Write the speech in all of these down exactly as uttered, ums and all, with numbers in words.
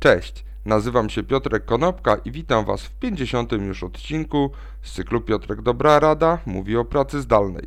Cześć, nazywam się Piotrek Konopka i witam Was w pięćdziesiątym już odcinku z cyklu Piotrek Dobra Rada mówi o pracy zdalnej.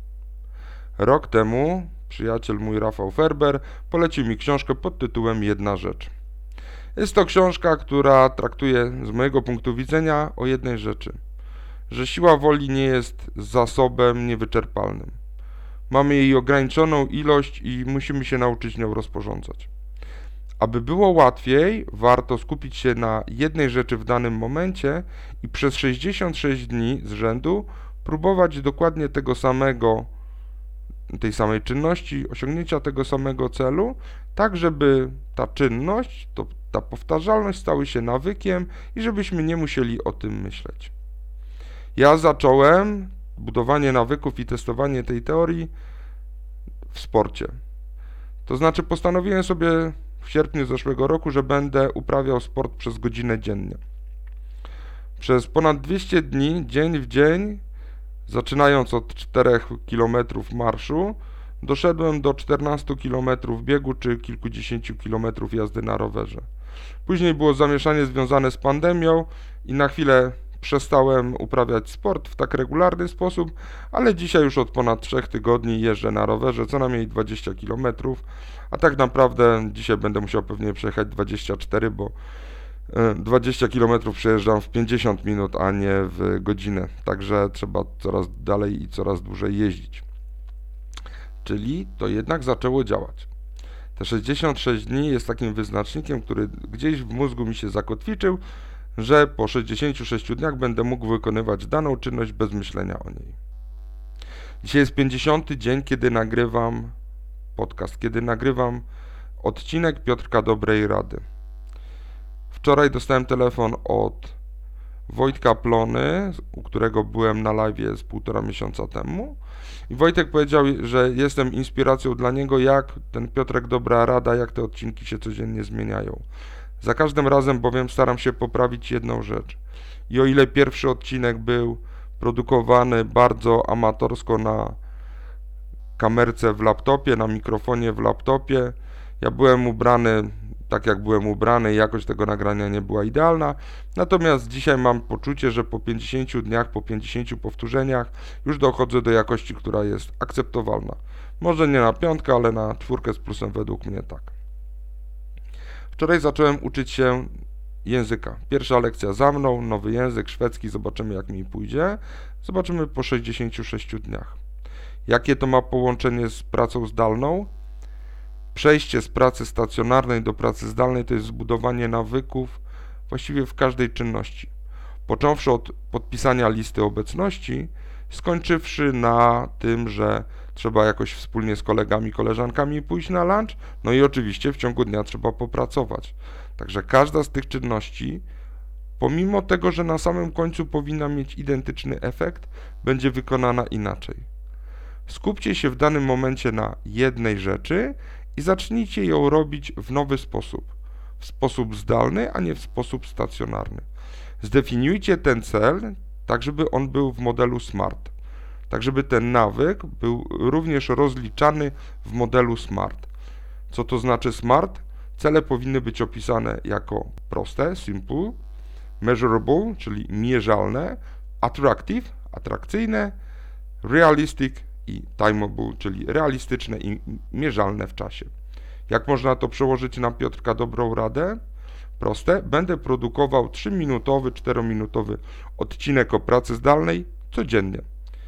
Rok temu przyjaciel mój Rafał Ferber polecił mi książkę pod tytułem Jedna rzecz. Jest to książka, która traktuje z mojego punktu widzenia o jednej rzeczy, że siła woli nie jest zasobem niewyczerpalnym. Mamy jej ograniczoną ilość i musimy się nauczyć nią rozporządzać. Aby było łatwiej, warto skupić się na jednej rzeczy w danym momencie i przez sześćdziesiąt sześć dni z rzędu próbować dokładnie tego samego, tej samej czynności, osiągnięcia tego samego celu, tak żeby ta czynność, to, ta powtarzalność stały się nawykiem i żebyśmy nie musieli o tym myśleć. Ja zacząłem budowanie nawyków i testowanie tej teorii w sporcie. To znaczy postanowiłem sobie w sierpniu zeszłego roku, że będę uprawiał sport przez godzinę dziennie. Przez ponad dwieście dni, dzień w dzień, zaczynając od czterech kilometrów marszu, doszedłem do czternastu kilometrów biegu czy kilkudziesięciu kilometrów jazdy na rowerze. Później było zamieszanie związane z pandemią i na chwilę przestałem uprawiać sport w tak regularny sposób, ale dzisiaj już od ponad trzech tygodni jeżdżę na rowerze co najmniej dwadzieścia kilometrów, a tak naprawdę dzisiaj będę musiał pewnie przejechać dwadzieścia cztery, bo dwadzieścia kilometrów przejeżdżam w pięćdziesiąt minut, a nie w godzinę, także trzeba coraz dalej i coraz dłużej jeździć. Czyli to jednak zaczęło działać. Te sześćdziesiąt sześć dni jest takim wyznacznikiem, który gdzieś w mózgu mi się zakotwiczył, że po sześćdziesięciu sześciu dniach będę mógł wykonywać daną czynność bez myślenia o niej. Dzisiaj jest pięćdziesiąty dzień, kiedy nagrywam podcast, kiedy nagrywam odcinek Piotrka Dobrej Rady. Wczoraj dostałem telefon od Wojtka Plony, u którego byłem na live'ie z półtora miesiąca temu. I Wojtek powiedział, że jestem inspiracją dla niego, jak ten Piotrek Dobra Rada, jak te odcinki się codziennie zmieniają. Za każdym razem bowiem staram się poprawić jedną rzecz. I o ile pierwszy odcinek był produkowany bardzo amatorsko na kamerce w laptopie, na mikrofonie w laptopie, ja byłem ubrany tak jak byłem ubrany, jakość tego nagrania nie była idealna, natomiast dzisiaj mam poczucie, że po pięćdziesięciu dniach, po pięćdziesięciu powtórzeniach już dochodzę do jakości, która jest akceptowalna. Może nie na piątkę, ale na czwórkę z plusem według mnie tak. Wczoraj zacząłem uczyć się języka. Pierwsza lekcja za mną, nowy język szwedzki, zobaczymy jak mi pójdzie. Zobaczymy po sześćdziesięciu sześciu dniach. Jakie to ma połączenie z pracą zdalną? Przejście z pracy stacjonarnej do pracy zdalnej to jest zbudowanie nawyków właściwie w każdej czynności. Począwszy od podpisania listy obecności, skończywszy na tym, że trzeba jakoś wspólnie z kolegami, koleżankami pójść na lunch, no i oczywiście w ciągu dnia trzeba popracować. Także każda z tych czynności, pomimo tego, że na samym końcu powinna mieć identyczny efekt, będzie wykonana inaczej. Skupcie się w danym momencie na jednej rzeczy i zacznijcie ją robić w nowy sposób, w sposób zdalny, a nie w sposób stacjonarny. Zdefiniujcie ten cel tak, żeby on był w modelu SMART, tak żeby ten nawyk był również rozliczany w modelu SMART. Co to znaczy SMART? Cele powinny być opisane jako proste, simple, measurable, czyli mierzalne, attractive, atrakcyjne, realistic i timeable, czyli realistyczne i mierzalne w czasie. Jak można to przełożyć na Piotrka Dobrą Radę? Proste. Będę produkował trzyminutowy, czterominutowy odcinek o pracy zdalnej codziennie.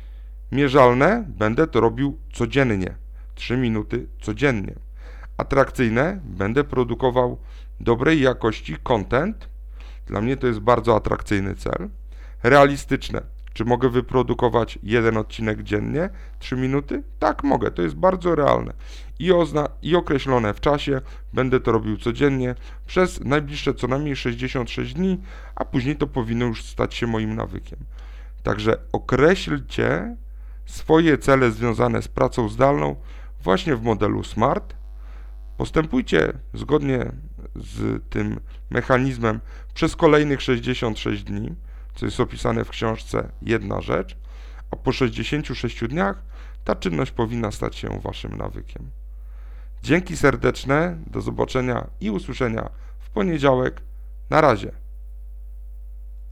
Mierzalne. Będę to robił codziennie. trzy minuty codziennie. Atrakcyjne. Będę produkował dobrej jakości content. Dla mnie to jest bardzo atrakcyjny cel. Realistyczne. Czy mogę wyprodukować jeden odcinek dziennie? trzy minuty? Tak, mogę. To jest bardzo realne. I, ozna- I określone w czasie. Będę to robił codziennie przez najbliższe co najmniej sześćdziesiąt sześć dni, a później to powinno już stać się moim nawykiem. Także określcie swoje cele związane z pracą zdalną właśnie w modelu SMART. Postępujcie zgodnie z tym mechanizmem przez kolejnych sześćdziesiąt sześć dni, co jest opisane w książce Jedna rzecz, a po sześćdziesięciu sześciu dniach ta czynność powinna stać się waszym nawykiem. Dzięki serdeczne, do zobaczenia i usłyszenia w poniedziałek. Na razie.